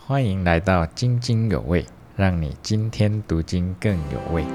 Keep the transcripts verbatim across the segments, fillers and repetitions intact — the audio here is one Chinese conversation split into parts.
欢迎来到津津有味，让你今天读经更有味。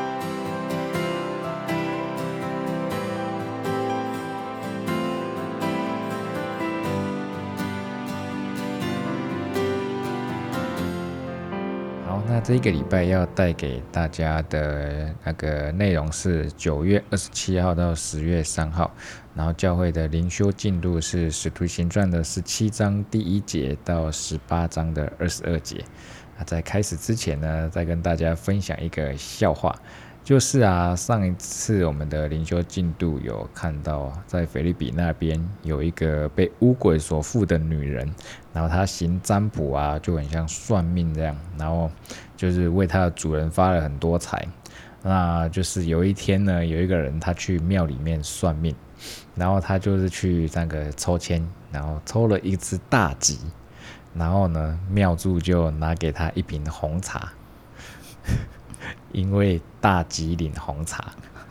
好，那这个礼拜要带给大家的那个内容是九月二十七号到十月三号，然后教会的灵修进度是使徒行传的十七章第一节到十八章的二十二节。那在开始之前呢，再跟大家分享一个笑话，就是啊，上一次我们的灵修进度有看到，在腓立比那边有一个被污鬼所附的女人，然后她行占卜啊，就很像算命这样，然后就是为她的主人发了很多财。那就是有一天呢，有一个人他去庙里面算命，然后他就是去那个抽签，然后抽了一只大吉，然后呢，庙祝就拿给他一瓶红茶。因为大吉领红茶。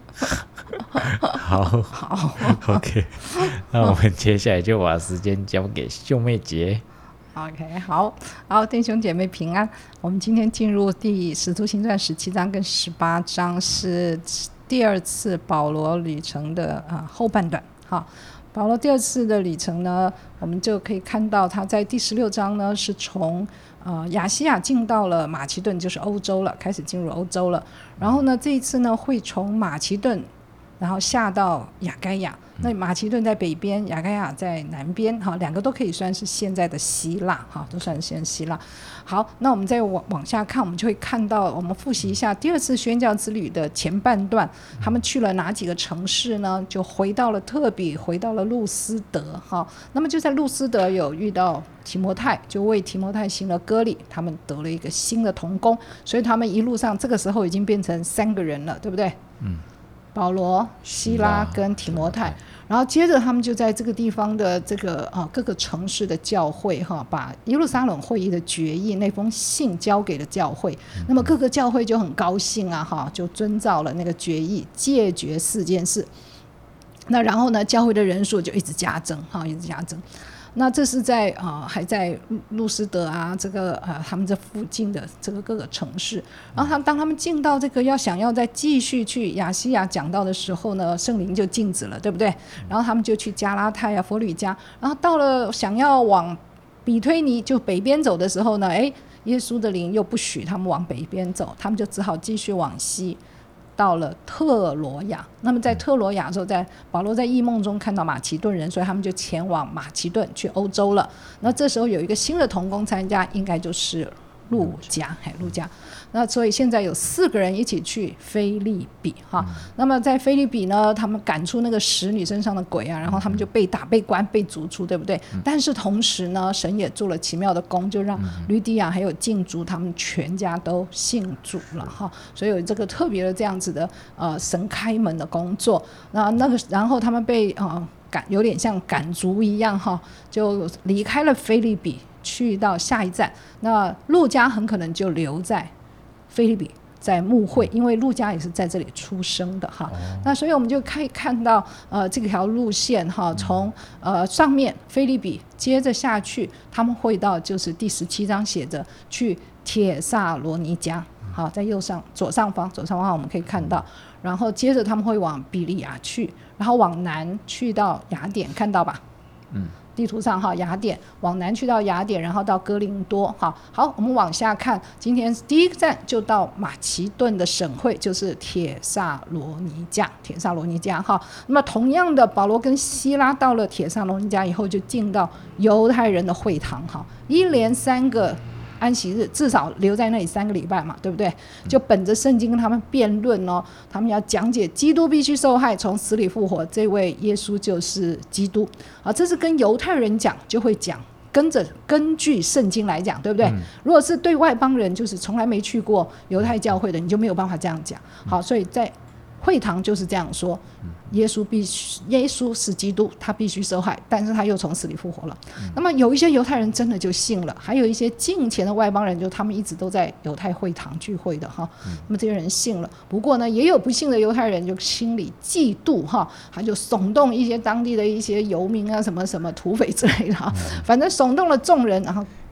好好 OK， 那我们接下来就把时间交给秀妹姐。 OK， 好，好，弟兄姐妹平安。我们今天进入第使徒行传十七章跟十八章，是第二次保罗旅程的、呃、后半段。好，保罗第二次的旅程呢，我们就可以看到他在第十六章呢，是从呃亚细亚进到了马其顿，就是欧洲了，开始进入欧洲了。然后呢，这一次呢，会从马其顿，然后下到亚该亚。那马其顿在北边，亚该亚在南边，哈，两个都可以算是现在的希腊，哈，都算是现在希腊。好，那我们再往往下看，我们就会看到，我们复习一下第二次宣教之旅的前半段，他们去了哪几个城市呢？就回到了特比，回到了路斯德，哈。那么就在路斯德有遇到提摩太，就为提摩太行了割礼，他们得了一个新的同工，所以他们一路上这个时候已经变成三个人了，对不对？嗯。保罗、希拉跟提摩太，然后接着他们就在这个地方的这个、呃、各个城市的教会哈，把耶路撒冷会议的决议那封信交给了教会，嗯、那么各个教会就很高兴啊哈，就遵照了那个决议，戒绝四件事。那然后呢，教会的人数就一直加增哈，一直加增。那这是在呃还在路斯德啊，这个呃他们这附近的这个各个城市。然后他当他们进到这个要想要再继续去亚细亚讲道的时候呢，圣灵就禁止了，对不对？然后他们就去加拉太啊、佛吕加，然后到了想要往比推尼就北边走的时候呢，哎，耶稣的灵又不许他们往北边走，他们就只好继续往西。到了特罗亚，那么在特罗亚的时候，在保罗在异梦中看到马其顿人，所以他们就前往马其顿去欧洲了。那这时候有一个新的同工参加，应该就是路加，嘿，路加。那所以现在有四个人一起去腓立比哈。嗯、那么在腓立比呢，他们赶出那个使女身上的鬼啊，然后他们就被打、被关、被逐出，对不对？嗯、但是同时呢，神也做了奇妙的工，就让吕底亚还有禁足他们全家都信主了哈。所以有这个特别的这样子的呃神开门的工作。那那个然后他们被呃赶，有点像赶逐一样哈，就离开了腓立比。去到下一站，那路加很可能就留在腓立比，在牧会，因为路加也是在这里出生的哈。哦、那所以我们就可以看到，呃，这条路线哈，从呃上面腓立比，接着下去，他们会到就是第十七章写着去帖撒罗尼迦，好，在右上左上方，左上方我们可以看到，然后接着他们会往比利亚去，然后往南去到雅典，看到吧？嗯。地图上哈，雅典往南去到雅典，然后到哥林多哈。好，我们往下看，今天第一个站就到马其顿的省会，就是帖撒罗尼迦。帖撒罗尼迦哈。那么同样的，保罗跟希拉到了帖撒罗尼迦以后，就进到犹太人的会堂哈，一连三个安息日，至少留在那里三个礼拜嘛，对不对？就本着圣经跟他们辩论哦，他们要讲解基督必须受害，从死里复活，这位耶稣就是基督啊。这是跟犹太人讲，就会讲跟着根据圣经来讲，对不对？嗯、如果是对外邦人，就是从来没去过犹太教会的，你就没有办法这样讲。好，所以在会堂就是这样说，耶稣必须，耶稣是基督，他必须受害，但是他又从死里复活了。嗯、那么有一些犹太人真的就信了，还有一些敬虔的外邦人，就他们一直都在犹太会堂聚会的哈。嗯、那么这些人信了，不过呢，也有不信的犹太人就心里嫉妒哈，他就耸动一些当地的一些游民啊，什么什么土匪之类的哈，嗯、反正耸动了众人，然后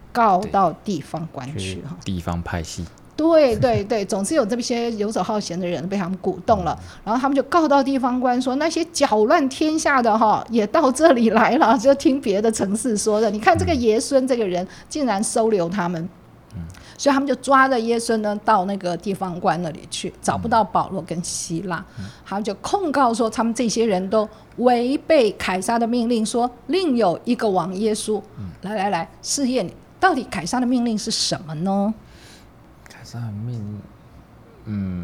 告到地方官去哈， 地方派系。 对对对，总之有这些游手好闲的人被他们鼓动了，然后他们就告到地方官说，那些搅乱天下的哈也到这里来了，就听别的城市说的，你看这个爷孙这个人竟然收留他们，嗯、所以他们就抓着耶孙呢到那个地方官那里去，找不到保罗跟希拉，嗯、他们就控告说他们这些人都违背凯撒的命令，说另有一个王耶稣，嗯、来来来试验你，到底凯撒的命令是什么呢？ 凯撒的命，嗯，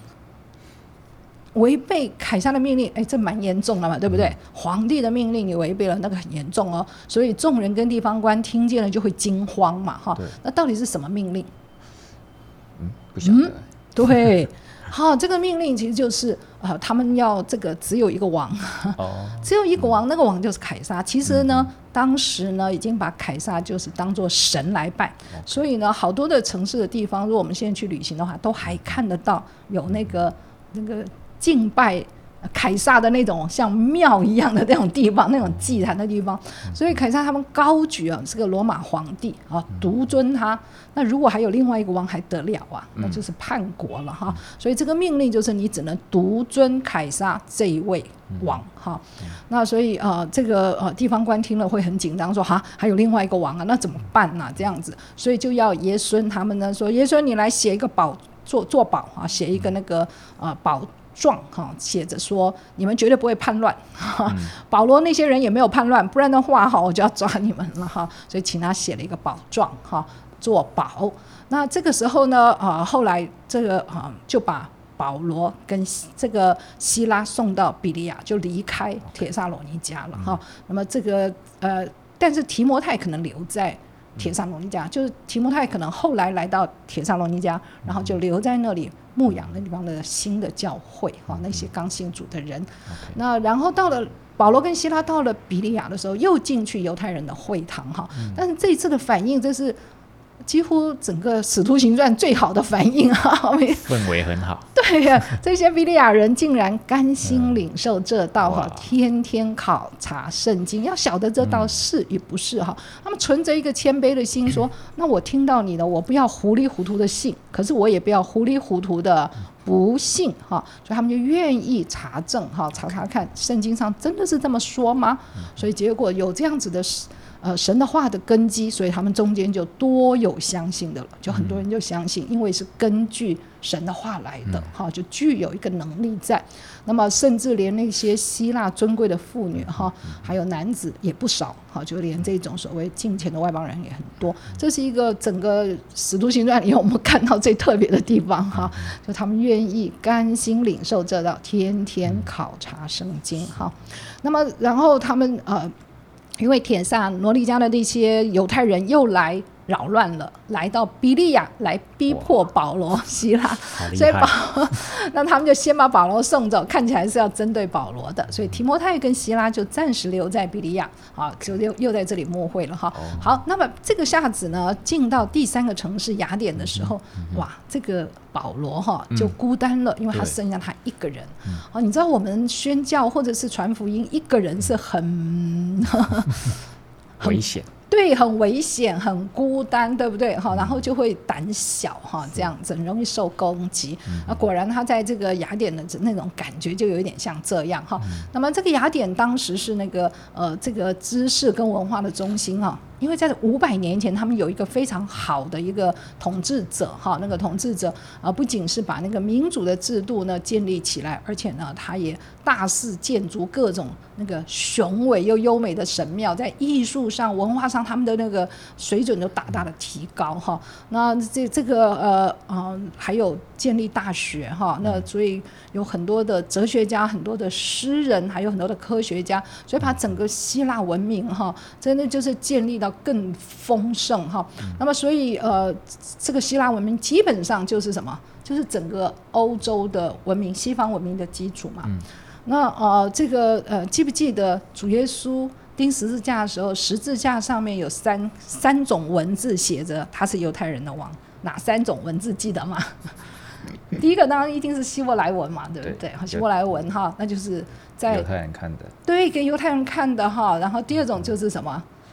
违背凯撒的命令，哎，这蛮严重的嘛，对不对？嗯、皇帝的命令你违背了，那个很严重哦。所以众人跟地方官听见了就会惊慌嘛，哈。那到底是什么命令？ 嗯，不晓得。嗯、 对，好，这个命令其实就是呃，他们要这个只有一个王，哦、只有一个王，嗯、那个王就是凯撒。其实呢。嗯当时呢，已经把凯撒就是当作神来拜， okay. 所以呢，好多的城市的地方，如果我们现在去旅行的话，都还看得到有那个那个敬拜凯撒的那种像庙一样的那种地方，那种祭坛的地方。所以凯撒他们高举啊，这个罗马皇帝啊，独尊他。那如果还有另外一个王还得了啊？那就是叛国了哈。所以这个命令就是你只能独尊凯撒这一位王哈。那所以呃，这个呃地方官听了会很紧张，说哈还有另外一个王啊，那怎么办呢、啊？这样子，所以就要爷孙他们呢说，爷孙你来写一个保做做保啊，写一个那个呃保。状哈，写着说你们绝对不会叛乱、嗯、保罗那些人也没有叛乱，不然的话哈我就要抓你们了哈，所以请他写了一个保状哈做保。那这个时候呢呃后来这个啊、呃、就把保罗跟这个希拉送到比利亚，就离开帖撒罗尼迦了哈、嗯。那么这个呃但是提摩太可能留在帖撒罗尼迦，就是提摩太可能后来来到帖撒罗尼迦，然后就留在那里牧养那地方的新的教会哈，那些刚信主的人。Okay. 那然后到了保罗跟希拉到了比利亚的时候，又进去犹太人的会堂哈、嗯，但是这一次的反应，这是几乎整个使徒行传最好的反应啊， 氛围很好。 对呀、啊，这些比利亚人竟然甘心领受这道哈、嗯，天天考察圣经，要晓得这道是与不是哈。他们存着一个谦卑的心说，那我听到你的，我不要糊里糊涂的信，可是我也不要糊里糊涂的不信哈。所以他们就愿意查证哈，查查看圣经上真的是这么说吗？所以结果有这样子的呃，神的话的根基，所以他们中间就多有相信的了，就很多人就相信，因为是根据神的话来的，哈、嗯，就具有一个能力在。那么甚至连那些希腊尊贵的妇女哈，还有男子也不少，哈，就连这种所谓敬虔的外邦人也很多。这是一个整个使徒行传里我们看到最特别的地方哈，就他们愿意甘心领受这道，天天考察圣经哈。那么然后他们呃。因为帖撒罗尼迦的那些犹太人又来扰乱了，来到比利亚来逼迫保罗、希拉，所以保那他们就先把保罗送走，看起来是要针对保罗的，所以提摩太跟希拉就暂时留在比利亚，好，就又又在这里牧会了哈。好，那么这个下子呢，进到第三个城市雅典的时候，嗯、哇，这个保罗哈就孤单了，嗯、因为他剩下他一个人。好，你知道我们宣教或者是传福音，一个人是很很危险。 对，很危险，很孤单，对不对？然后就会胆小，这样子很容易受攻击。嗯、果然他在这个雅典的那种感觉就有一点像这样哈。嗯、那么这个雅典当时是那个呃这个知识跟文化的中心哈。因为在五百年前，他们有一个非常好的一个统治者哈，那个统治者啊、呃，不仅是把那个民主的制度呢建立起来，而且呢，他也大肆建筑各种那个雄伟又优美的神庙，在艺术上、文化上，他们的那个水准都大大的提高哈。那这这个呃呃，还有建立大学哈，那所以有很多的哲学家、很多的诗人，还有很多的科学家，所以把整个希腊文明哈，真的就是建立到更丰盛哈，那么所以呃，这个希腊文明基本上就是什么？就是整个欧洲的文明、西方文明的基础嘛。嗯、那呃，这个呃，记不记得主耶稣钉十字架的时候，十字架上面有三三种文字写着他是犹太人的王？哪三种文字记得吗？第一个当然一定是希伯来文嘛，对不对？对，希伯来文哈，那就是在犹太人看的， 对，给犹太人看的哈。然后第二种就是什么？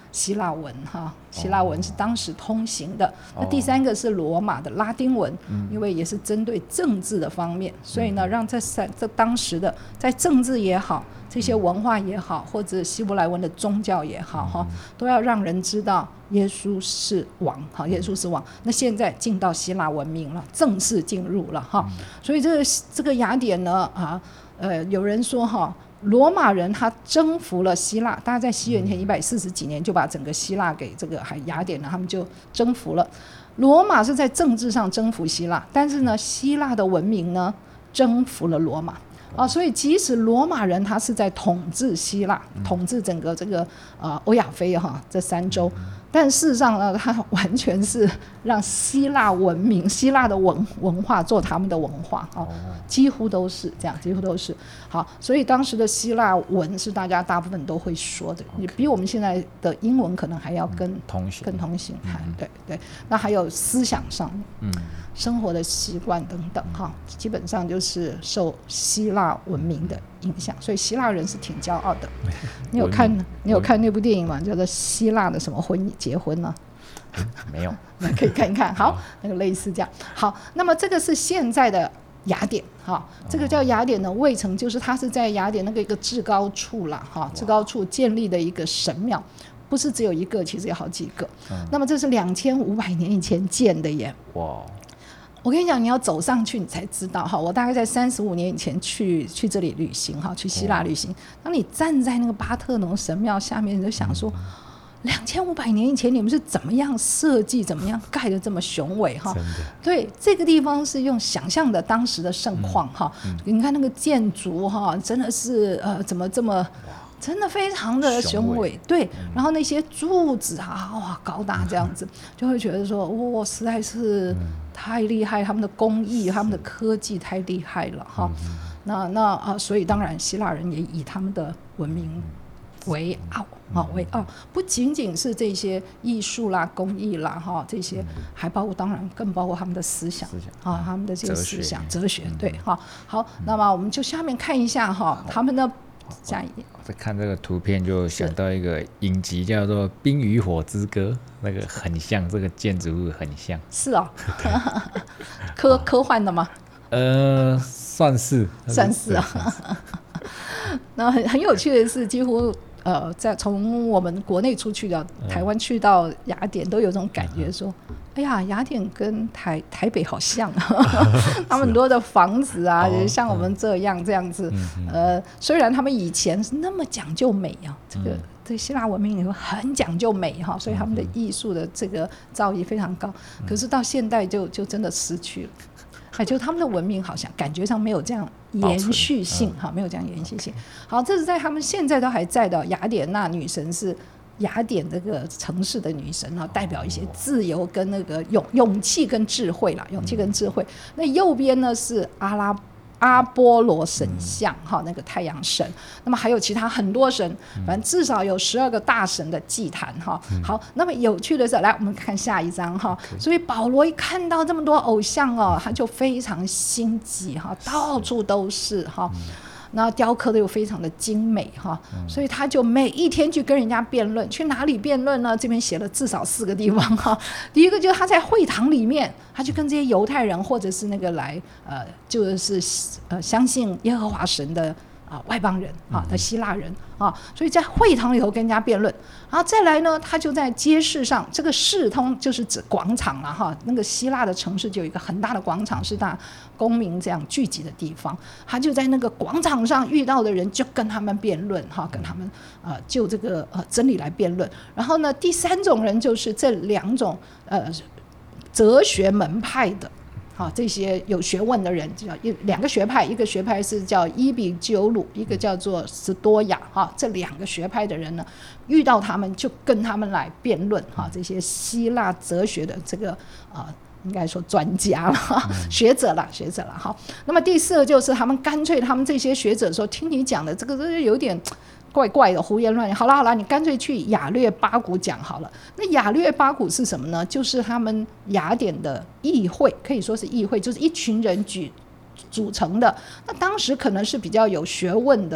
希腊文哈，希腊文是当时通行的。那第三个是罗马的拉丁文，因为也是针对政治的方面，所以呢，让这三这当时的在政治也好，这些文化也好，或者希伯来文的宗教也好哈，都要让人知道耶稣是王哈，耶稣是王。那现在进到希腊文明了，正式进入了哈，所以这个这个雅典呢啊，呃，有人说哈。罗马人他征服了希腊，大概在西元前一百四十几年就把整个希腊给这个还雅典呢，他们就征服了。罗马是在政治上征服希腊，但是呢，希腊的文明呢征服了罗马啊，所以即使罗马人他是在统治希腊，统治整个这个呃欧亚非哈这三洲。但事实上呢，他完全是让希腊文明、希腊的文文化做他们的文化啊、哦，几乎都是这样，几乎都是好。所以当时的希腊文是大家大部分都会说的，也比我们现在的英文可能还要更、嗯、 通行， 更通行。嗯、对对，那还有思想上，嗯，生活的习惯等等哈、嗯，基本上就是受希腊文明的影响，所以希腊人是挺骄傲的。你有看你有看那部电影吗？叫做《希腊的什么婚结婚》呢？ 没有， 那可以看一看。好，那个类似这样。好，那么这个是现在的雅典哈，这个叫雅典的卫城，就是它是在雅典那个一个至高处啦哈，至高处建立的一个神庙，不是只有一个，其实有好几个。嗯、那么这是两千五百年以前建的耶。哇！我跟你讲，你要走上去你才知道哈。我大概在三十五年以前去去这里旅行哈，去希腊旅行。当你站在那个巴特农神庙下面，你就想说。嗯两千五百年以前，你们是怎么样设计、怎么样盖的这么雄伟哈？对，这个地方是用想象的当时的盛况哈、嗯嗯。你看那个建筑哈，真的是呃，怎么这么，真的非常的雄伟。对、嗯，然后那些柱子啊，哇，高大这样子，就会觉得说，哇，实在是太厉害，他们的工艺、他们的科技太厉害了哈。那那啊，所以当然希腊人也以他们的文明为傲啊，为傲，不仅仅是这些艺术啦、工艺啦哈，这些还包括，当然更包括他们的思想啊，他们的这个思想、哲学，对哈。好，那么我们就下面看一下哈，他们的下一页。 在看这个图片就想到一个影集叫做《冰与火之歌》，那个很像，这个建筑物很像。 是哦，科科幻的吗？ 呃，算是， 算是啊。那很很有趣的是，几乎。呃，在从我们国内出去的台湾去到雅典，都有种感觉说，哎呀，雅典跟台台北好像，他们很多的房子啊，也像我们这样这样子。呃，虽然他们以前是那么讲究美啊，这个这希腊文明里头很讲究美哈，所以他们的艺术的这个造诣非常高。可是到现代就就真的失去了。哎，就他们的文明好像感觉上没有这样延续性哈、嗯，没有这样延续性。好，这是在他们现在都还在的雅典娜女神是雅典这个城市的女神，然后代表一些自由跟那个勇勇气跟智慧啦，勇气跟智慧。那右边呢是阿拉阿波罗神像哈，那个太阳神。那么还有其他很多神，反正至少有十二个大神的祭坛哈。好，那么有趣的是，来我们看下一张哈。所以保罗一看到这么多偶像哦，他就非常心急哈，到处都是哈。那雕刻的又非常的精美哈，所以他就每一天去跟人家辩论，去哪里辩论呢？这边写了至少四个地方哈。第一个就是他在会堂里面，他就跟这些犹太人或者是那个来呃，就是呃相信耶和华神的啊、呃、外邦人啊的希腊人啊，所以在会堂里头跟人家辩论。然后再来呢，他就在街市上，这个市通就是指广场了哈。那个希腊的城市就有一个很大的广场，是大公民这样聚集的地方。他就在那个广场上遇到的人，就跟他们辩论哈，跟他们呃就这个呃真理来辩论。然后呢，第三种人就是这两种呃哲学门派的。好，这些有学问的人叫一两个学派，一个学派是叫伊比鸠鲁，一个叫做斯多亚哈。这两个学派的人呢，遇到他们就跟他们来辩论哈。这些希腊哲学的这个啊、呃，应该说专家了，学者了，学者了哈。那么第四个就是他们干脆他们这些学者说，听你讲的这个这有点。怪怪的胡言乱语，好了好了，你干脆去雅略巴谷讲好了。那雅略巴谷是什么呢？就是他们雅典的议会，可以说是议会，就是一群人举组成的。那当时可能是比较有学问的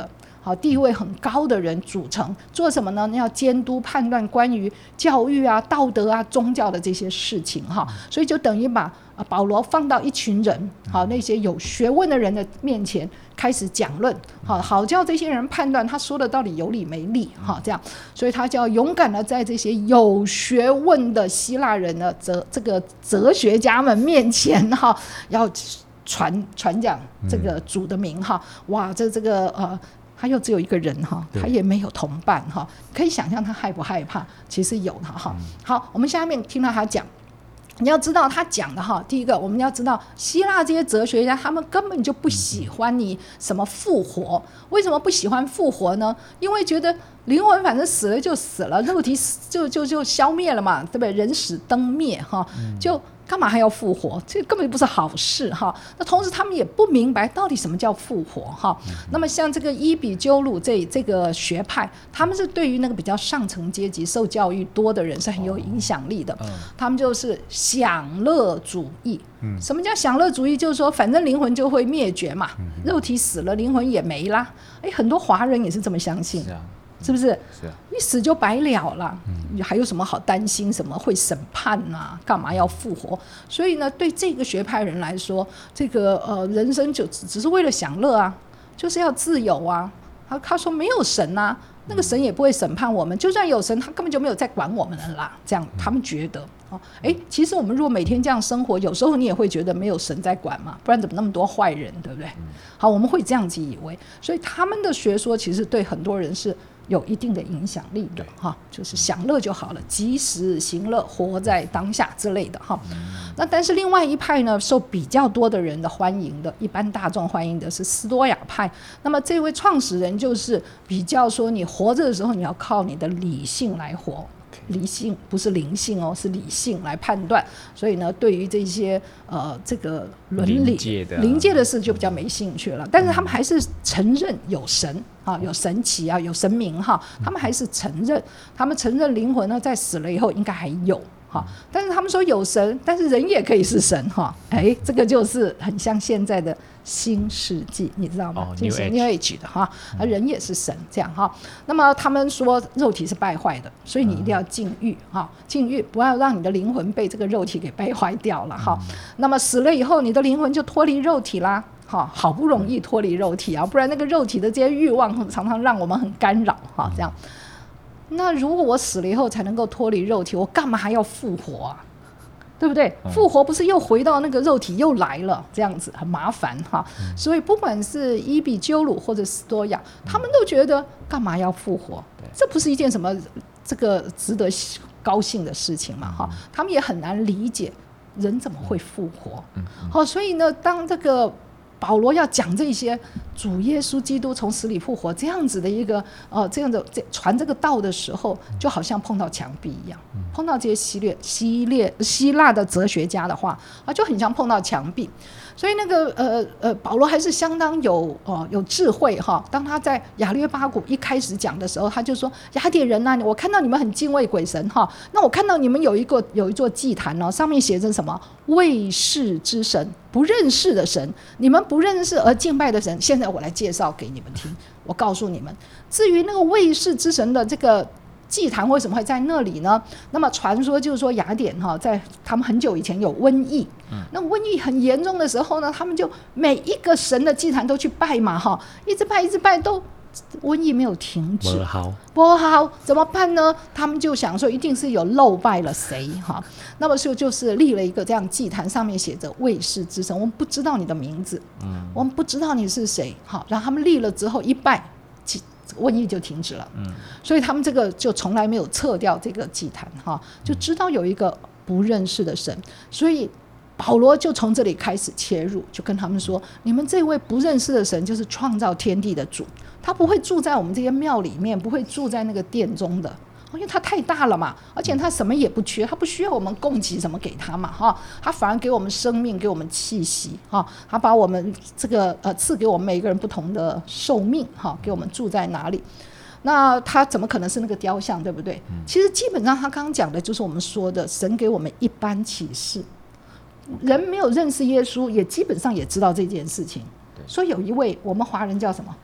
好地位很高的人组成，做什么呢？要监督判断关于教育啊、道德啊、宗教的这些事情哈，所以就等于把保罗放到一群人，好那些有学问的人的面前开始讲论，好好叫这些人判断他说的到底有理没理哈，这样，所以他就要勇敢的在这些有学问的希腊人的哲这个哲学家们面前哈，要传传讲这个主的名哈，哇，这这个呃。他又只有一个人哈，他也没有同伴哈，可以想象他害不害怕？其实有的哈。好，我们下面听到他讲，你要知道他讲的哈，第一个我们要知道希腊这些哲学家他们根本就不喜欢你什么复活，为什么不喜欢复活呢？因为觉得灵魂反正死了就死了，肉体就就就消灭了嘛，对不对？人死灯灭哈，就。干嘛还要复活？这根本不是好事哈。那同时他们也不明白到底什么叫复活哈。那么像这个伊比鸠鲁这这个学派，他们是对于那个比较上层阶级、受教育多的人是很有影响力的。他们就是享乐主义。什么叫享乐主义？就是说反正灵魂就会灭绝嘛，肉体死了，灵魂也没啦。哎，很多华人也是这么相信。是不是？是啊，你死就白了了，嗯、还有什么好担心？什么会审判啊？干嘛要复活？所以呢，对这个学派人来说，这个呃人生就只是为了享乐啊，就是要自由啊。他他说没有神啊，那个神也不会审判我们，就算有神，他根本就没有在管我们了啦。这样他们觉得。哦，哎，其实我们如果每天这样生活，有时候你也会觉得没有神在管嘛，不然怎么那么多坏人，对不对？好，我们会这样子以为，所以他们的学说其实对很多人是有一定的影响力的哈，就是享乐就好了，及时行乐，活在当下之类的哈。那但是另外一派呢，受比较多的人的欢迎的，一般大众欢迎的是斯多亚派。那么这位创始人就是比较说，你活着的时候你要靠你的理性来活。理性不是灵性哦，是理性来判断。所以呢，对于这些呃这个伦理灵界的、啊、灵界的事就比较没兴趣了。但是他们还是承认有神啊，有神奇啊，有神明哈，他们还是承认，他们承认灵魂呢在死了以后应该还有。但是他们说有神，但是人也可以是神哈，哎，这个就是很像现在的新世纪，你知道吗？就是 New Age 的哈，人也是神这样哈。那么他们说肉体是败坏的，所以你一定要禁欲哈，禁欲不要让你的灵魂被这个肉体给败坏掉了哈。那么死了以后，你的灵魂就脱离肉体啦。好，好不容易脱离肉体啊，不然那个肉体的这些欲望常常让我们很干扰哈，这样。那如果我死了以后才能够脱离肉体，我干嘛还要复活啊？对不对？复活不是又回到那个肉体又来了，这样子很麻烦哈。所以不管是伊比鸠鲁或者斯多亚，他们都觉得干嘛要复活？这不是一件什么这个值得高兴的事情嘛哈。他们也很难理解人怎么会复活。好，所以呢，当这个保罗要讲这些主耶稣基督从死里复活这样子的一个呃这样的传这个道的时候，就好像碰到墙壁一样，碰到这些希列希列希腊的哲学家的话啊，就很像碰到墙壁。所以那个呃呃保罗还是相当有呃有智慧哈。当他在亚略巴谷一开始讲的时候，他就说雅典人啊，我看到你们很敬畏鬼神哈，那我看到你们有一个有一座祭坛哦，上面写着什么未识之神，不认识的神，你们不认识而敬拜的神，现在我来介绍给你们听。我告诉你们，至于那个未识之神的这个祭坛为什么会在那里呢？那么传说就是说雅典哈，在他们很久以前有瘟疫，那瘟疫很严重的时候呢，他们就每一个神的祭坛都去拜嘛哈，一直拜一直拜，都瘟疫没有停止，不好，不好，怎么办呢？他们就想说，一定是有漏拜了谁哈。那么就就是立了一个这样祭坛，上面写着未识之神，我们不知道你的名字，嗯，我们不知道你是谁，好，然后他们立了之后一拜，瘟疫就停止了，嗯，所以他们这个就从来没有撤掉这个祭坛哈，就知道有一个不认识的神，所以保罗就从这里开始切入，就跟他们说，你们这位不认识的神就是创造天地的主，他不会住在我们这些庙里面，不会住在那个殿中的，因为他太大了嘛，而且他什么也不缺，他不需要我们供给什么给他嘛哈，他反而给我们生命，给我们气息哈，他把我们这个呃赐给我们每一个人不同的寿命哈，给我们住在哪里。那他怎么可能是那个雕像，对不对？其实基本上他刚刚讲的就是我们说的神给我们一般启示，人没有认识耶稣也基本上也知道这件事情。所以有一位我们华人叫什么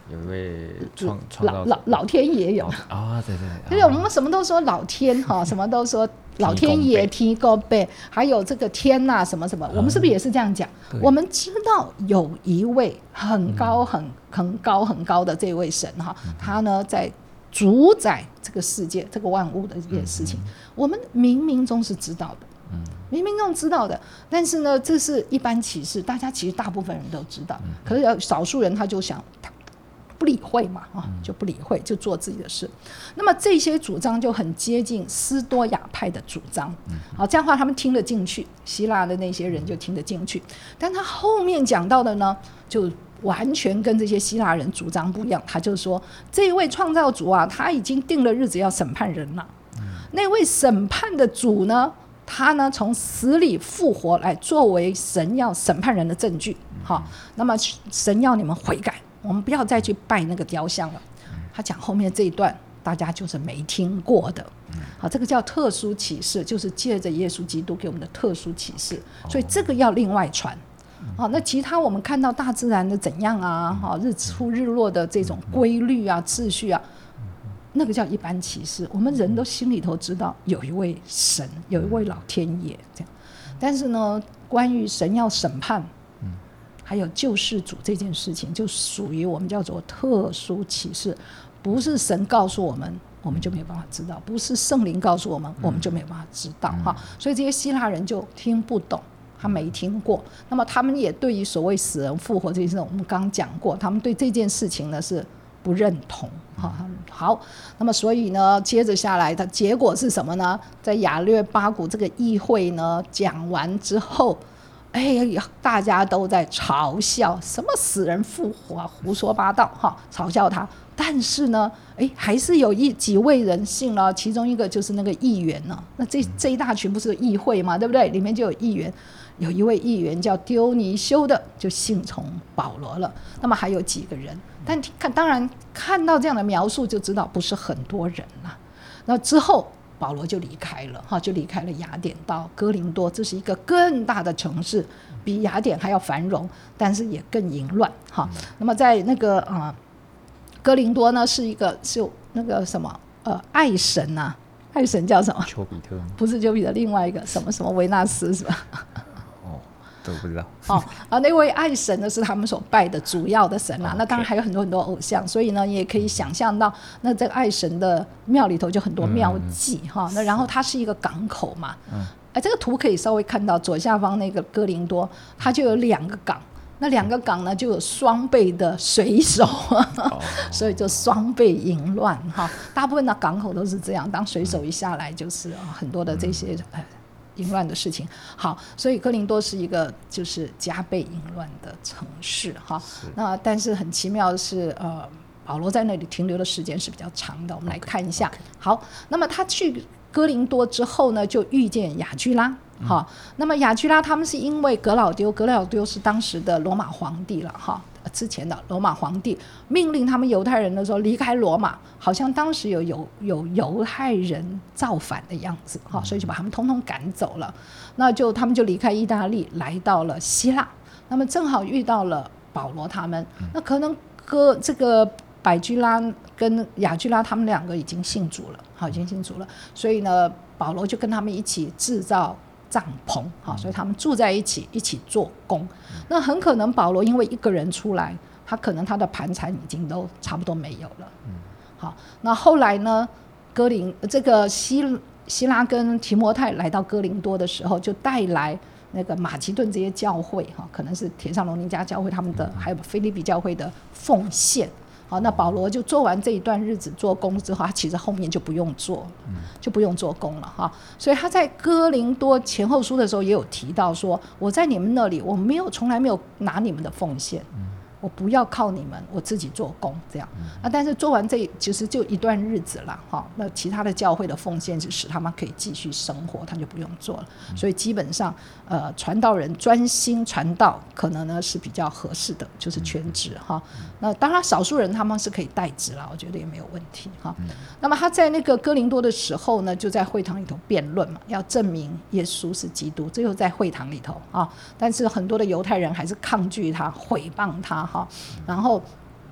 有一位创创造老老老天爷有啊、哦，对对， 就是我们什么都说老天哈，什么都说老天爷提供背，还有这个天呐、啊、什么什么，我们是不是也是这样讲？嗯、我们知道有一位很高很很高很高的这位神哈，嗯、他呢在主宰这个世界这个万物的一件事情，嗯、我们冥冥中是知道的。冥冥中知道的，但是呢，这是一般启示，大家其实大部分人都知道，可是有少数人他就想不理会嘛，啊，就不理会，就做自己的事。那么这些主张就很接近斯多亚派的主张，好，这样的话他们听得进去，希腊的那些人就听得进去，但他后面讲到的呢，就完全跟这些希腊人主张不一样。他就说，这位创造主啊，他已经定了日子要审判人了，那位审判的主呢？他呢从死里复活来作为神要审判人的证据，好，那么神要你们悔改，我们不要再去拜那个雕像了。他讲后面这一段大家就是没听过的，好，这个叫特殊启示，就是借着耶稣基督给我们的特殊启示，所以这个要另外传。好，那其他我们看到大自然的怎样啊，好，日出日落的这种规律啊秩序啊，那个叫一般启示，我们人都心里头知道有一位神，有一位老天爷这样。但是呢，关于神要审判，还有救世主这件事情，就属于我们叫做特殊启示，不是神告诉我们，我们就没有办法知道；不是圣灵告诉我们，我们就没有办法知道哈。所以这些希腊人就听不懂。他没听过，那么他们也对于所谓死人复活这件事，我们刚讲过，他们对这件事情呢是不认同。好，那么所以呢，接着下来的结果是什么呢？在亚略巴古这个议会呢讲完之后，哎呀，大家都在嘲笑什么死人复活啊，胡说八道哈，嘲笑他。但是呢，哎，还是有一几位人信了，其中一个就是那个议员呢。那这这一大群不是议会嘛，对不对？里面就有议员，有一位议员叫丢尼修的，就信从保罗了。那么还有几个人，但看当然看到这样的描述就知道不是很多人了。那之后保罗就离开了哈，就离开了雅典到哥林多，这是一个更大的城市，比雅典还要繁荣，但是也更淫乱哈。那么在那个啊。呃哥林多呢是一个是那个什么呃爱神啊，爱神叫什么？ 丘比特？ 不是丘比特，另外一个什么什么维纳斯是吧？ 哦，这我不知道。 哦啊，那位爱神呢是他们所拜的主要的神啦、啊。Oh, okay. 那当然还有很多很多偶像，所以呢也可以想象到，那这个爱神的庙里头就很多庙妓哈、嗯。那然后它是一个港口嘛，嗯，哎，这个图可以稍微看到左下方那个哥林多，它就有两个港。那两个港呢就有双倍的水手，所以就双倍淫乱哈。大部分的港口都是这样，当水手一下来就是很多的这些淫乱的事情。好，所以哥林多是一个就是加倍淫乱的城市哈。那但是很奇妙的是，呃，保罗在那里停留的时间是比较长的。我们来看一下。好，那么他去哥林多之后呢，就遇见雅居拉。好，那么雅居拉他们是因为格老丢，格老丢是当时的罗马皇帝了哈，之前的罗马皇帝命令他们犹太人的时候离开罗马，好像当时有有有犹太人造反的样子哈，所以就把他们通通赶走了。那就他们就离开意大利来到了希腊，那么正好遇到了保罗他们，那可能哥这个百居拉跟雅居拉他们两个已经信主了，好，已经信主了，所以呢，保罗就跟他们一起制造帐篷，好，所以他们住在一起，一起做工。那很可能保罗因为一个人出来，他可能他的盘缠已经都差不多没有了。好，那后来呢，哥林这个希希拉跟提摩太来到哥林多的时候，就带来那个马其顿这些教会，哈，可能是铁上罗尼迦教会他们的，还有腓立比教会的奉献。好，那保罗就做完这一段日子做工之后，他其实后面就不用做，就不用做工了哈。所以他在哥林多前后书的时候也有提到说，我在你们那里，我没有从来没有拿你们的奉献，我不要靠你们，我自己做工这样啊。但是做完这其实就一段日子了哈。那其他的教会的奉献是使他们可以继续生活，他就不用做了。所以基本上，呃，传道人专心传道，可能呢是比较合适的，就是全职哈。那当然少数人他们是可以代职啦，我觉得也没有问题哈。那么他在那个哥林多的时候呢，就在会堂里头辩论嘛，要证明耶稣是基督，最后在会堂里头啊。但是很多的犹太人还是抗拒他，毁谤他哈。然后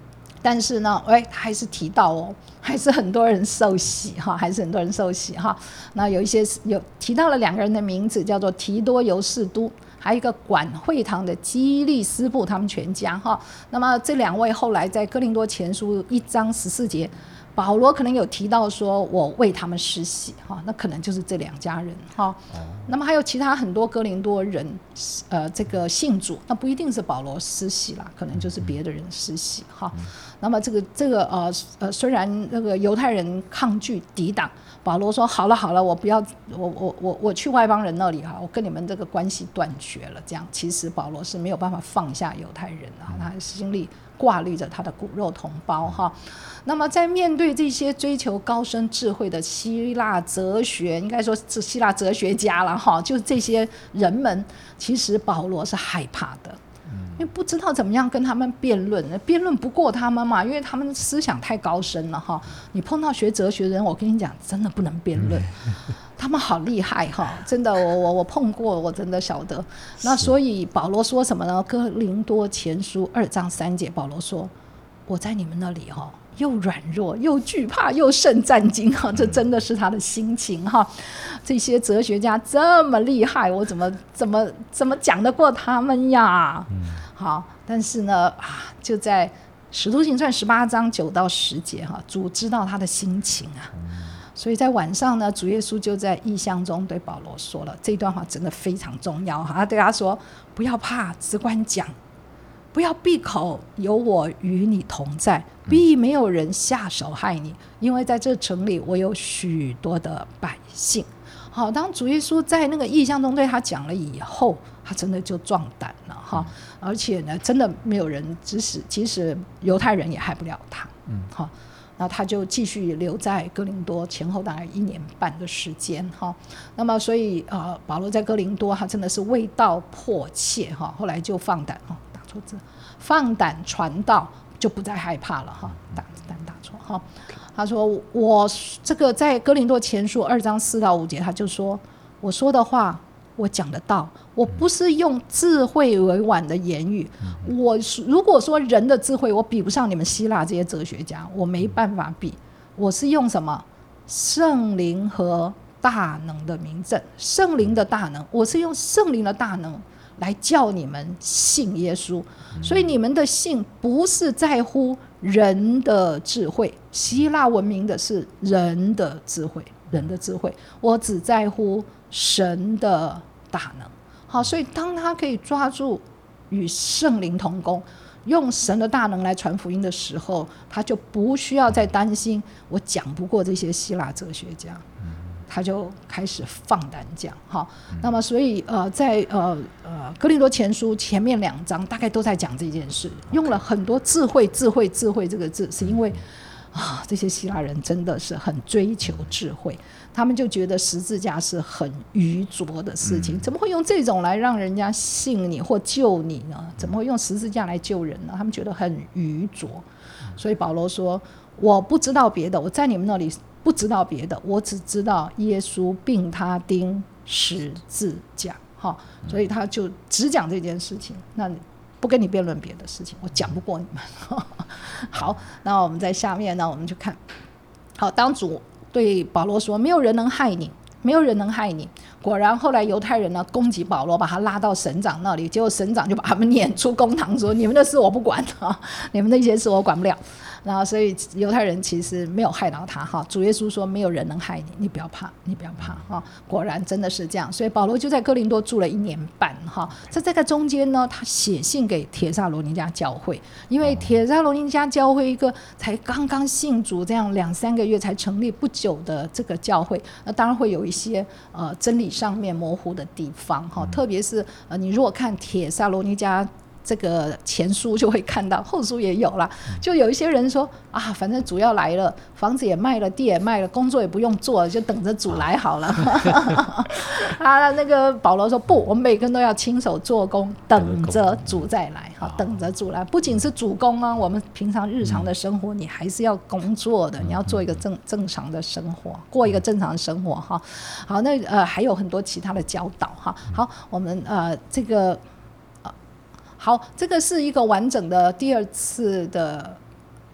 但是呢，哎，还是提到哦，还是很多人受洗哈，还是很多人受洗哈。那有一些有提到了两个人的名字，叫做提多犹士都，还有一个管会堂的基利斯布，他们全家哈。那么这两位后来在哥林多前书一章十四节，保罗可能有提到说，我为他们施洗哈，那可能就是这两家人哈。那么还有其他很多哥林多人，呃，这个信主，那不一定是保罗施洗啦，可能就是别的人施洗哈。那么这个这个呃呃，虽然那个犹太人抗拒抵挡，保罗说好了好了，我不要我我我我去外邦人那里哈，我跟你们这个关系断绝了。这样其实保罗是没有办法放下犹太人啊，他心里挂虑着他的骨肉同胞哈。那么在面对这些追求高深智慧的希腊哲学，应该说是希腊哲学家了哈，就是这些人们，其实保罗是害怕的。因为不知道怎么样跟他们辩论，辩论不过他们嘛，因为他们思想太高深了哈。你碰到学哲学的人，我跟你讲，真的不能辩论，他们好厉害哈，真的，我我我碰过，我真的晓得。那所以保罗说什么呢？哥林多前书二章三节，保罗说：“我在你们那里哈。”又软弱又惧怕又甚战惊哈，这真的是他的心情哈。这些哲学家这么厉害，我怎么怎么怎么讲得过他们呀？嗯、好，但是呢啊，就在使徒行传十八章九到十节哈，主知道他的心情啊，所以在晚上呢，主耶稣就在异象中对保罗说了这段话，真的非常重要哈。他对他说：“不要怕，只管讲。”不要闭口，有我与你同在，必没有人下手害你，因为在这城里我有许多的百姓。好，当主耶稣在那个异象中对他讲了以后，他真的就壮胆了哈，而且呢，真的没有人指使，即使犹太人也害不了他。嗯，好，那他就继续留在哥林多，前后大概一年半的时间哈。那么，所以呃，保罗在哥林多，他真的是为道迫切哈，后来就放胆哈。放胆传道，就不再害怕了哈。胆胆打错哈。他说我这个在哥林多前书二章四到五节，他就说我说的话，我讲得到，我不是用智慧委婉的言语。我如果说人的智慧，我比不上你们希腊这些哲学家，我没办法比。我是用什么？圣灵和大能的名证，圣灵的大能，我是用圣灵的大能。来叫你们信耶稣，所以你们的信不是在乎人的智慧，希腊文明的是人的智慧，人的智慧，我只在乎神的大能。好，所以当他可以抓住与圣灵同工，用神的大能来传福音的时候，他就不需要再担心我讲不过这些希腊哲学家。他就开始放胆讲哈，那么所以呃在呃呃哥林多前书前面两章大概都在讲这件事，用了很多智慧智慧智慧这个字，是因为啊这些希腊人真的是很追求智慧，他们就觉得十字架是很愚拙的事情，怎么会用这种来让人家信你或救你呢？怎么会用十字架来救人呢？他们觉得很愚拙，所以保罗说我不知道别的，我在你们那里不知道别的，我只知道耶稣并他钉十字架，所以他就只讲这件事情，那不跟你辩论别的事情，我讲不过你们。好，那我们在下面呢，我们就看，好，当主对保罗说没有人能害你，没有人能害你，果然后来犹太人呢攻击保罗，把他拉到省长那里，结果省长就把他们撵出公堂，说你们的事我不管，你们那些事我管不了。然后所以犹太人其实没有害到他哈，主耶稣说没有人能害你，你不要怕，你不要怕哈。果然真的是这样，所以保罗就在哥林多住了一年半哈。在这个中间呢，他写信给帖撒罗尼迦教会，因为帖撒罗尼迦教会一个才刚刚信主这样两三个月才成立不久的这个教会，那当然会有一些呃真理上面模糊的地方哈，特别是呃你如果看帖撒罗尼迦这个前书就会看到，后书也有啦，就有一些人说啊，反正主要来了，房子也卖了，地也卖了，工作也不用做了，就等着主来好了。啊，那个保罗说不，我们每个人都要亲手做工，等着主再来，好，等着主来。不仅是主工啊，我们平常日常的生活，你还是要工作的，你要做一个正正常的生活，过一个正常的生活哈。好，那呃还有很多其他的教导哈。好，我们呃这个。好，这个是一个完整的第二次的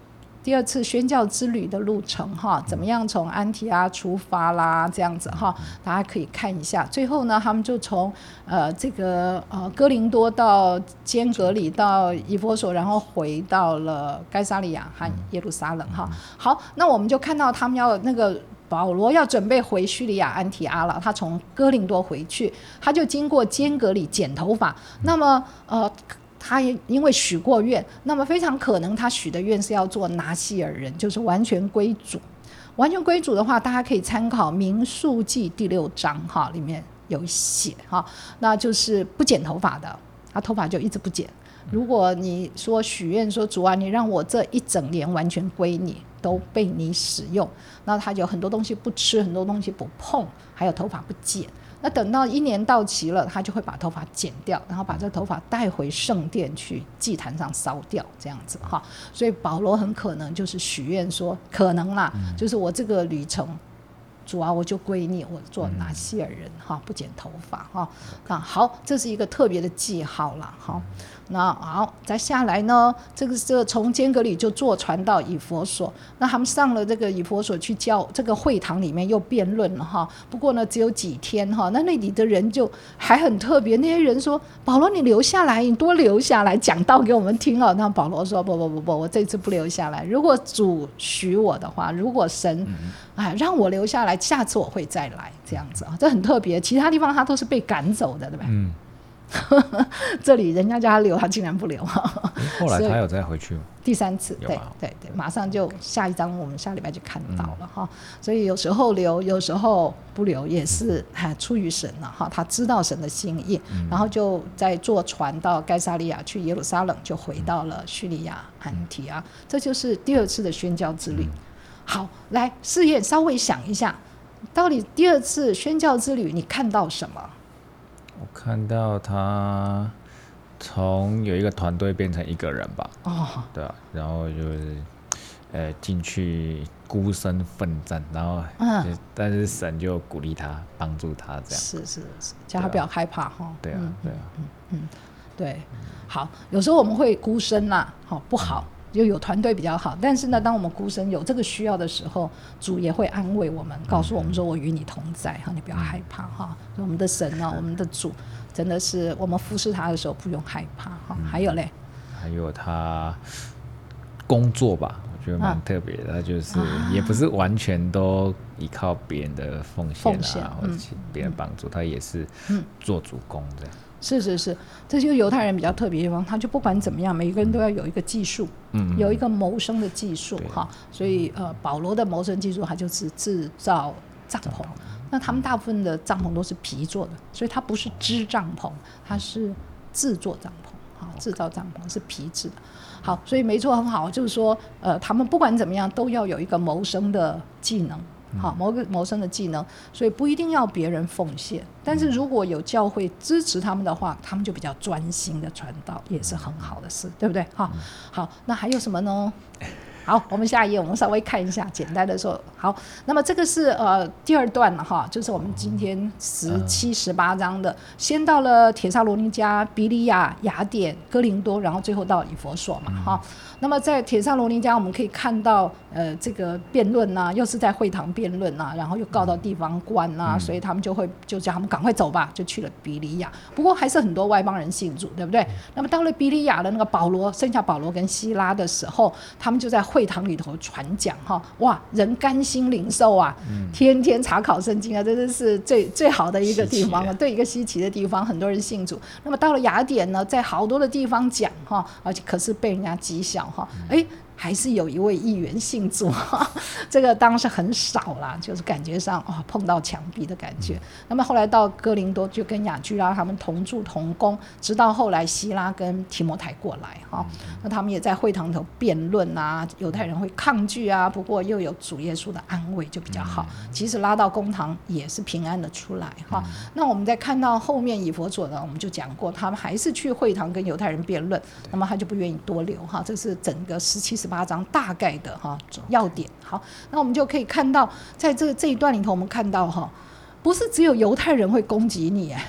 第二次宣教之旅的路程哈，怎么样从安提阿出发啦，这样子哈，大家可以看一下。最后呢，他们就从呃这个呃哥林多到坚革里到以弗所，然后回到了该撒利亚和耶路撒冷哈。好，那我们就看到他们要那个。保罗要准备回叙利亚安提阿了，他从哥林多回去，他就经过坚革里剪头发。那么，呃，他也因为许过愿，那么非常可能他许的愿是要做拿西尔人，就是完全归主。完全归主的话，大家可以参考民数记第六章哈，里面有写哈，那就是不剪头发的，他头发就一直不剪。如果你说许愿说主啊，你让我这一整年完全归你，都被你使用，那他有很多东西不吃，很多东西不碰，还有头发不剪。那等到一年到期了，他就会把头发剪掉，然后把这头发带回圣殿去祭坛上烧掉，这样子哈。所以保罗很可能就是许愿说，可能啦，就是我这个旅程。主啊，我就归你，我做拿西尔人哈，不剪头发哈。啊，好，这是一个特别的记号了哈。那好，再下来呢，这个是从坚革里就坐船到以弗所。那他们上了这个以弗所去教这个会堂里面又辩论了哈。不过呢，只有几天哈。那那里的人就还很特别，那些人说：“保罗，你留下来，你多留下来讲道给我们听哦。”那保罗说：“不不不不，我这次不留下来。如果主许我的话，如果神哎让我留下来。”下次我会再来，这样子啊，这很特别。其他地方他都是被赶走的，对吧？嗯，这里人家叫他留，他竟然不留。 后来他有再回去吗？ 第三次，对对对，马上就下一章，我们下礼拜就看到了哈、嗯。所以有时候留，有时候不留，也是哎出于神了哈。他知道神的心意，嗯、然后就再坐船到该撒利亚去耶路撒冷，就回到了叙利亚安提阿。这就是第二次的宣教之旅。嗯、好，来试验稍微想一下。到底第二次宣教之旅你看到什么？ 我看到他从有一个团队变成一个人吧。哦，对啊，然后就是呃进去孤身奋战，然后、嗯、但是神就鼓励他，帮助他这样。 是是是，叫他不要害怕哈。 对啊，对啊， 嗯嗯，对。好，有时候我们会孤身啦，好不好？就有团队比较好，但是呢，当我们孤身有这个需要的时候，主也会安慰我们，告诉我们说：“我与你同在，哈，你不要害怕，哈。”我们的神呢、啊，我们的主，真的是我们服侍他的时候不用害怕，哈。还有嘞， 还有他工作吧，我觉得蛮特别的，他就是也不是完全都依靠别人的奉献啊，奉献或者请别人帮助，嗯、他也是做主工这样。 是是是，这就是犹太人比较特别的地方，他就不管怎么样，每个人都要有一个技术，嗯、有一个谋生的技术哈。所以呃，保罗的谋生技术，他就是制造帐篷。那他们大部分的帐篷都是皮做的，所以他不是织帐篷，他是制作帐篷，哈，制造帐篷是皮质的。好，所以没错，很好，就是说，呃，他们不管怎么样，都要有一个谋生的技能。好，谋个谋生的技能，所以不一定要别人奉献，但是如果有教会支持他们的话，他们就比较专心的传道，也是很好的事，对不对？好，好，那还有什么呢？好，我们下一页，我们稍微看一下，简单的说，好，那么这个是呃第二段了哈，就是我们今天十七、十八章的，先到了帖撒罗尼迦、比利亚、雅典、哥林多，然后最后到以弗所嘛，哈。那么在帖撒罗尼迦，我们可以看到呃这个辩论呐，又是在会堂辩论呐，然后又告到地方官呐、嗯，所以他们就会就叫他们赶快走吧，就去了比利亚。不过还是很多外邦人信主，对不对？那么到了比利亚的那个保罗，剩下保罗跟希拉的时候，他们就在会堂里头传讲哈，哇，人甘心领受啊，嗯、天天查考圣经啊，这是最最好的一个地方了，对，一个稀奇的地方，很多人信主。那么到了雅典呢，在好多的地方讲哈，而且可是被人家讥笑。哎，还是有一位议员信主，这个当时很少啦，就是感觉上哦碰到墙壁的感觉。那么后来到哥林多，就跟雅居拉他们同住同工，直到后来希拉跟提摩太过来哈、哦，那他们也在会堂头辩论啊，犹太人会抗拒啊，不过又有主耶稣的安慰，就比较好。即使拉到公堂也是平安的出来哈、哦。那我们再看到后面以弗所呢，我们就讲过，他们还是去会堂跟犹太人辩论，那么他就不愿意多留哈，这是整个十七、十八章大概的哈要点。好，那我们就可以看到，在这这一段里头，我们看到哈，不是只有犹太人会攻击你，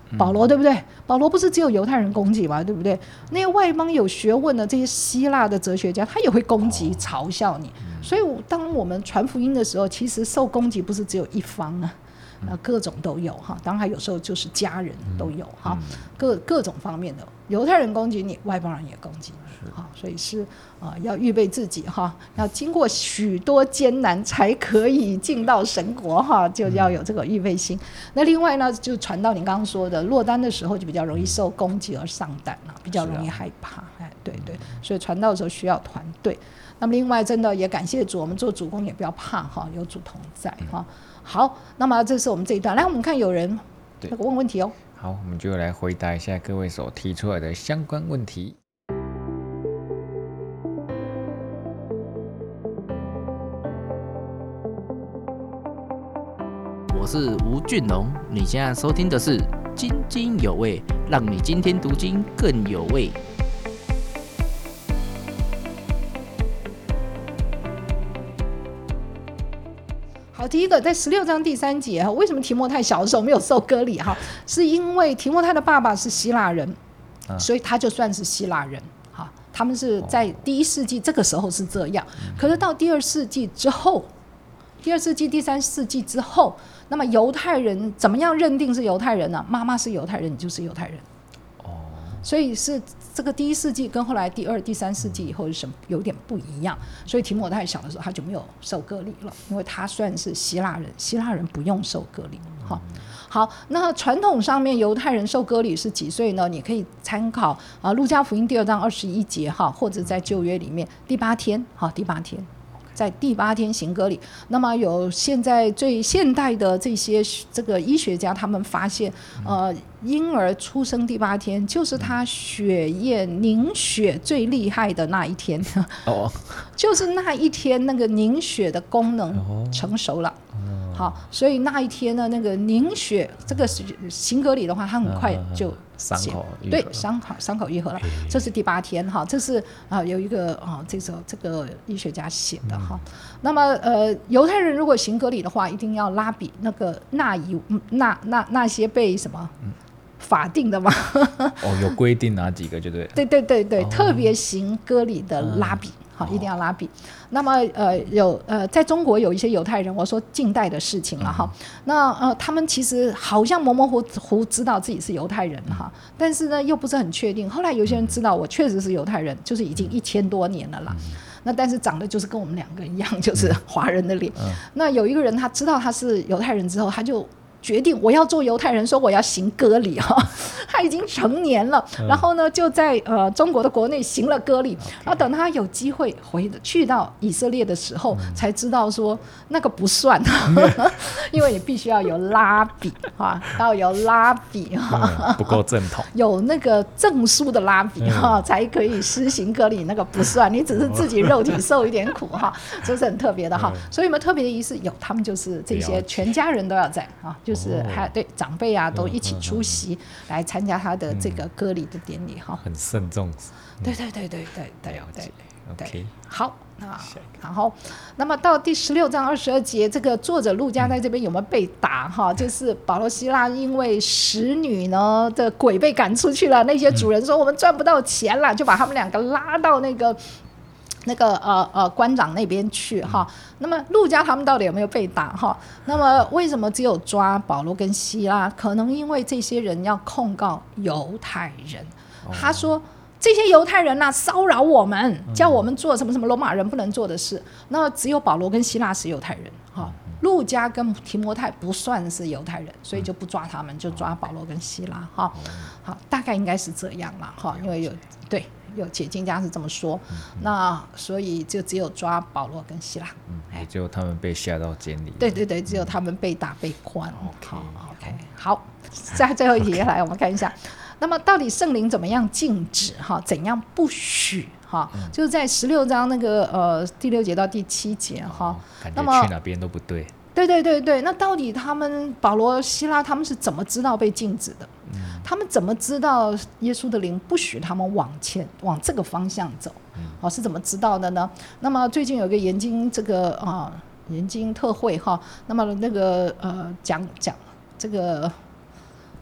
保罗对不对？保罗不是只有犹太人攻击嘛，对不对？那些外邦有学问的这些希腊的哲学家，他也会攻击、哦、嘲笑你。所以当我们传福音的时候，其实受攻击不是只有一方啊。呃，各种都有哈，当然有时候就是家人都有哈、嗯，各各种方面的，犹太人攻击你，外邦人也攻击你哈，所以是啊、呃，要预备自己哈，要经过许多艰难才可以进到神国哈，就要有这个预备心。嗯、那另外呢，就传到你刚刚说的落单的时候，就比较容易受攻击而上当了，比较容易害怕，哎，对对，所以传道的时候需要团队。那么另外，真的也感谢主，我们做主工也不要怕哈，有主同在哈。好，那么这是我们这一段，来我们看有人那个问问题哦。 好，我们就来回答一下各位所提出来的相关问题。 我是吴俊龙，你现在收听的是津津有味，让你今天读经更有味。 好，第一个在十六章第三节，为什么提摩太小的时候没有受割礼？哈，是因为提摩太的爸爸是希腊人，啊、所以他就算是希腊人。哈，他们是在第一世纪这个时候是这样，可是到第二世纪之后，第二世纪、第三世纪之后，那么犹太人怎么样认定是犹太人呢？妈妈是犹太人，你就是犹太人。所以是这个第一世纪跟后来第二、第三世纪以后是什么有点不一样，所以提摩太小的时候他就没有受割礼了，因为他算是希腊人，希腊人不用受割礼。好，好，那传统上面犹太人受割礼是几岁呢？你可以参考啊，路加福音第二章二十一节哈，或者在旧约里面第八天，好，第八天。在第八天行割礼，那么有现在最现代的这些这个医学家，他们发现，呃，婴儿出生第八天就是他血液凝血最厉害的那一天，哦，就是那一天那个凝血的功能成熟了。哦，好，所以那一天呢，那个凝血这个行割礼的话，它很快就。 伤口对伤口伤口愈合了，这是第八天哈，这是啊、呃、有一个啊、呃、这个这个医学家写的哈、嗯。那么呃犹太人如果行割礼的话，一定要拉比那个那一那那那些被什么、嗯、法定的嘛？ 哦，有规定哪几个就对。 对对对对，哦、特别行割礼的拉比。嗯好，一定要拉比。那么，呃，有呃，在中国有一些犹太人，我说近代的事情了哈。嗯、那呃，他们其实好像模模糊糊知道自己是犹太人哈，嗯、但是呢，又不是很确定。后来有些人知道我确实是犹太人，就是已经一千多年了啦。嗯、那但是长得就是跟我们两个一样，就是华人的脸。嗯、那有一个人他知道他是犹太人之后，他就决定我要做犹太人，说我要行割礼哈，他已经成年了，嗯、然后呢就在呃中国的国内行了割礼， okay. 然后等他有机会回去到以色列的时候，嗯、才知道说那个不算，嗯、因为你必须要有拉比哈，要有拉比哈、 嗯，不够正统， 有那个证书的拉比哈、嗯、才可以施行割礼，那个不算，你只是自己肉体受一点苦哈，这是很特别的哈。嗯、所以我们特别的仪式有，他们就是这些全家人都要在啊，就。是还对长辈啊都一起出席、嗯、来参加他的这个割礼的典礼哈、 嗯，很慎重。 对对对对对对对对。 OK， 好，那然后那么到第十六章二十二节，这个作者路加在这边有没有被打哈、嗯？就是保罗希拉因为使女呢的鬼被赶出去了，那些主人说我们赚不到钱了，就把他们两个拉到那个。那个呃呃官长那边去哈，那么路加他们到底有没有被打哈？那么为什么只有抓保罗跟希拉？可能因为这些人要控告犹太人，哦、他说这些犹太人呐、啊、骚扰我们，叫我们做什么什么罗马人不能做的事。那么只有保罗跟希拉是犹太人哈，路加跟提摩太不算是犹太人，所以就不抓他们，就抓保罗跟希拉哈。好，大概应该是这样啦哈，因为有对。有解经家是这么说，嗯嗯、那所以就只有抓保罗跟希拉， 嗯，也只有他们被下到监里。 对对对，只有他们被打被关。嗯、好 ，OK， 好，在最后一题来，我们看一下，那么到底圣灵怎么样禁止哈？怎样不许哈？嗯、就是在十六章那个呃第六节到第七节哈、哦， 感觉去哪边都不对。 对对对对，那到底他们保罗、希拉他们是怎么知道被禁止的？嗯、他们怎么知道耶稣的灵不许他们往前往这个方向走？嗯哦、是怎么知道的呢？那么最近有个研经这个啊研经特会哈，那么那个呃讲讲这个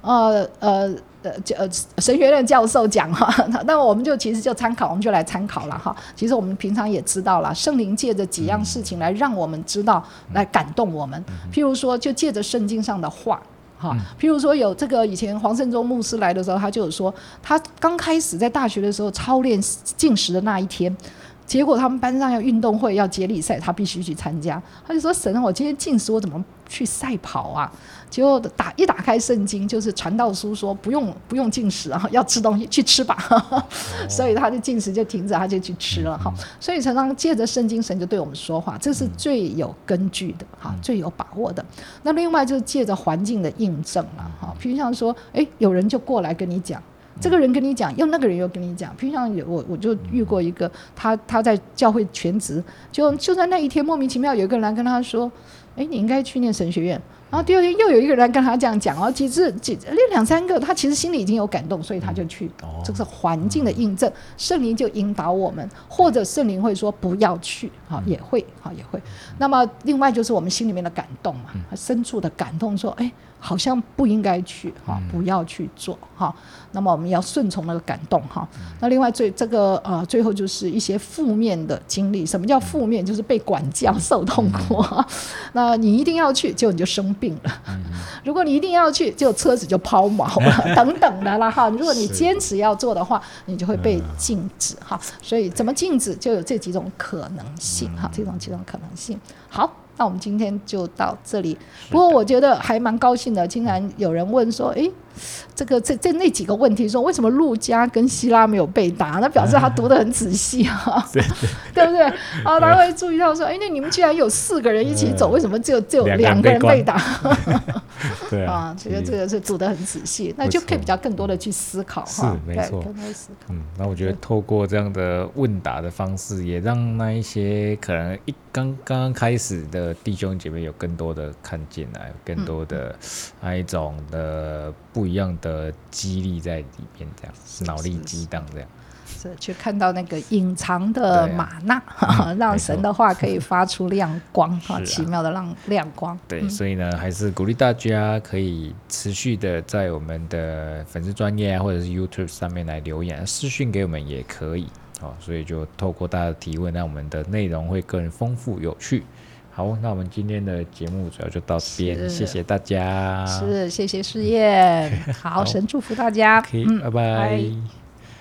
呃呃呃呃神学院教授讲哈，那我们就其实就参考，我们就来参考了哈。其实我们平常也知道了，圣灵借着几样事情来让我们知道，来感动我们。譬如说，就借着圣经上的话。哈，譬如说有这个以前黄胜忠牧师来的时候，他就有说，他刚开始在大学的时候操练禁食的那一天，结果他们班上要运动会要接力赛，他必须去参加。他就说：“神，我今天禁食，我怎么去赛跑啊？”结果打一打开圣经，就是传道书说不用不用禁食啊，要吃东西去吃吧。所以他就禁食就停止，他就去吃了哈。所以常常借着圣经，神就对我们说话，这是最有根据的哈，最有把握的。那另外就是借着环境的印证了哈，譬如像说，哎，有人就过来跟你讲。这个人跟你讲，又那个人又跟你讲，譬如像我我就遇过一个，他他在教会全职，就就在那一天莫名其妙有一个人来跟他说，哎，你应该去念神学院。然后第二天又有一个人跟他这样讲，然后几次几两三个，他其实心里已经有感动，所以他就去。这是环境的印证，圣灵就引导我们，或者圣灵会说不要去，好也会好也会。那么另外就是我们心里面的感动嘛，深处的感动说，哎，好像不应该去哈，不要去做哈。那么我们要顺从那个感动哈。那另外最这个呃最后就是一些负面的经历，什么叫负面？就是被管教受痛苦。那你一定要去，结果你就生病了。如果你一定要去，结果车子就抛锚了，等等的啦哈。如果你坚持要做的话，你就会被禁止哈。所以怎么禁止，就有这几种可能性哈，这种几种可能性。好。那我们今天就到这里。不过我觉得还蛮高兴的，竟然有人问说，哎，这个这这那几个问题说，为什么路加跟希拉没有被打？那表示他读得很仔细啊，对, 对, 对不对？啊，他会注意到说，哎，那你们既然有四个人一起走，为什么只有只有两个人被打？对啊，觉得这个是读得很仔细，那就可以比较更多的去思考哈。 是没错，嗯，那我觉得透过这样的问答的方式，也让那一些可能一刚刚刚开始的弟兄姐妹有更多的看见啊，有更多的那一种的不一样的激励在里面，这样脑力激荡这样。 是去看到那个隐藏的玛纳、啊嗯、让神的话可以发出亮光、啊啊、奇妙的亮亮光。 对、 嗯， 所以呢还是鼓励大家可以持续的在我们的粉丝专页啊或者是 YouTube 上面来留言，私讯给我们也可以、哦、所以就透过大家的提问，让我们的内容会更丰富有趣。好，那我们今天的节目主要就到这边，谢谢大家。 是，谢谢世燕。好，神祝福大家。 OK， 拜拜。 拜。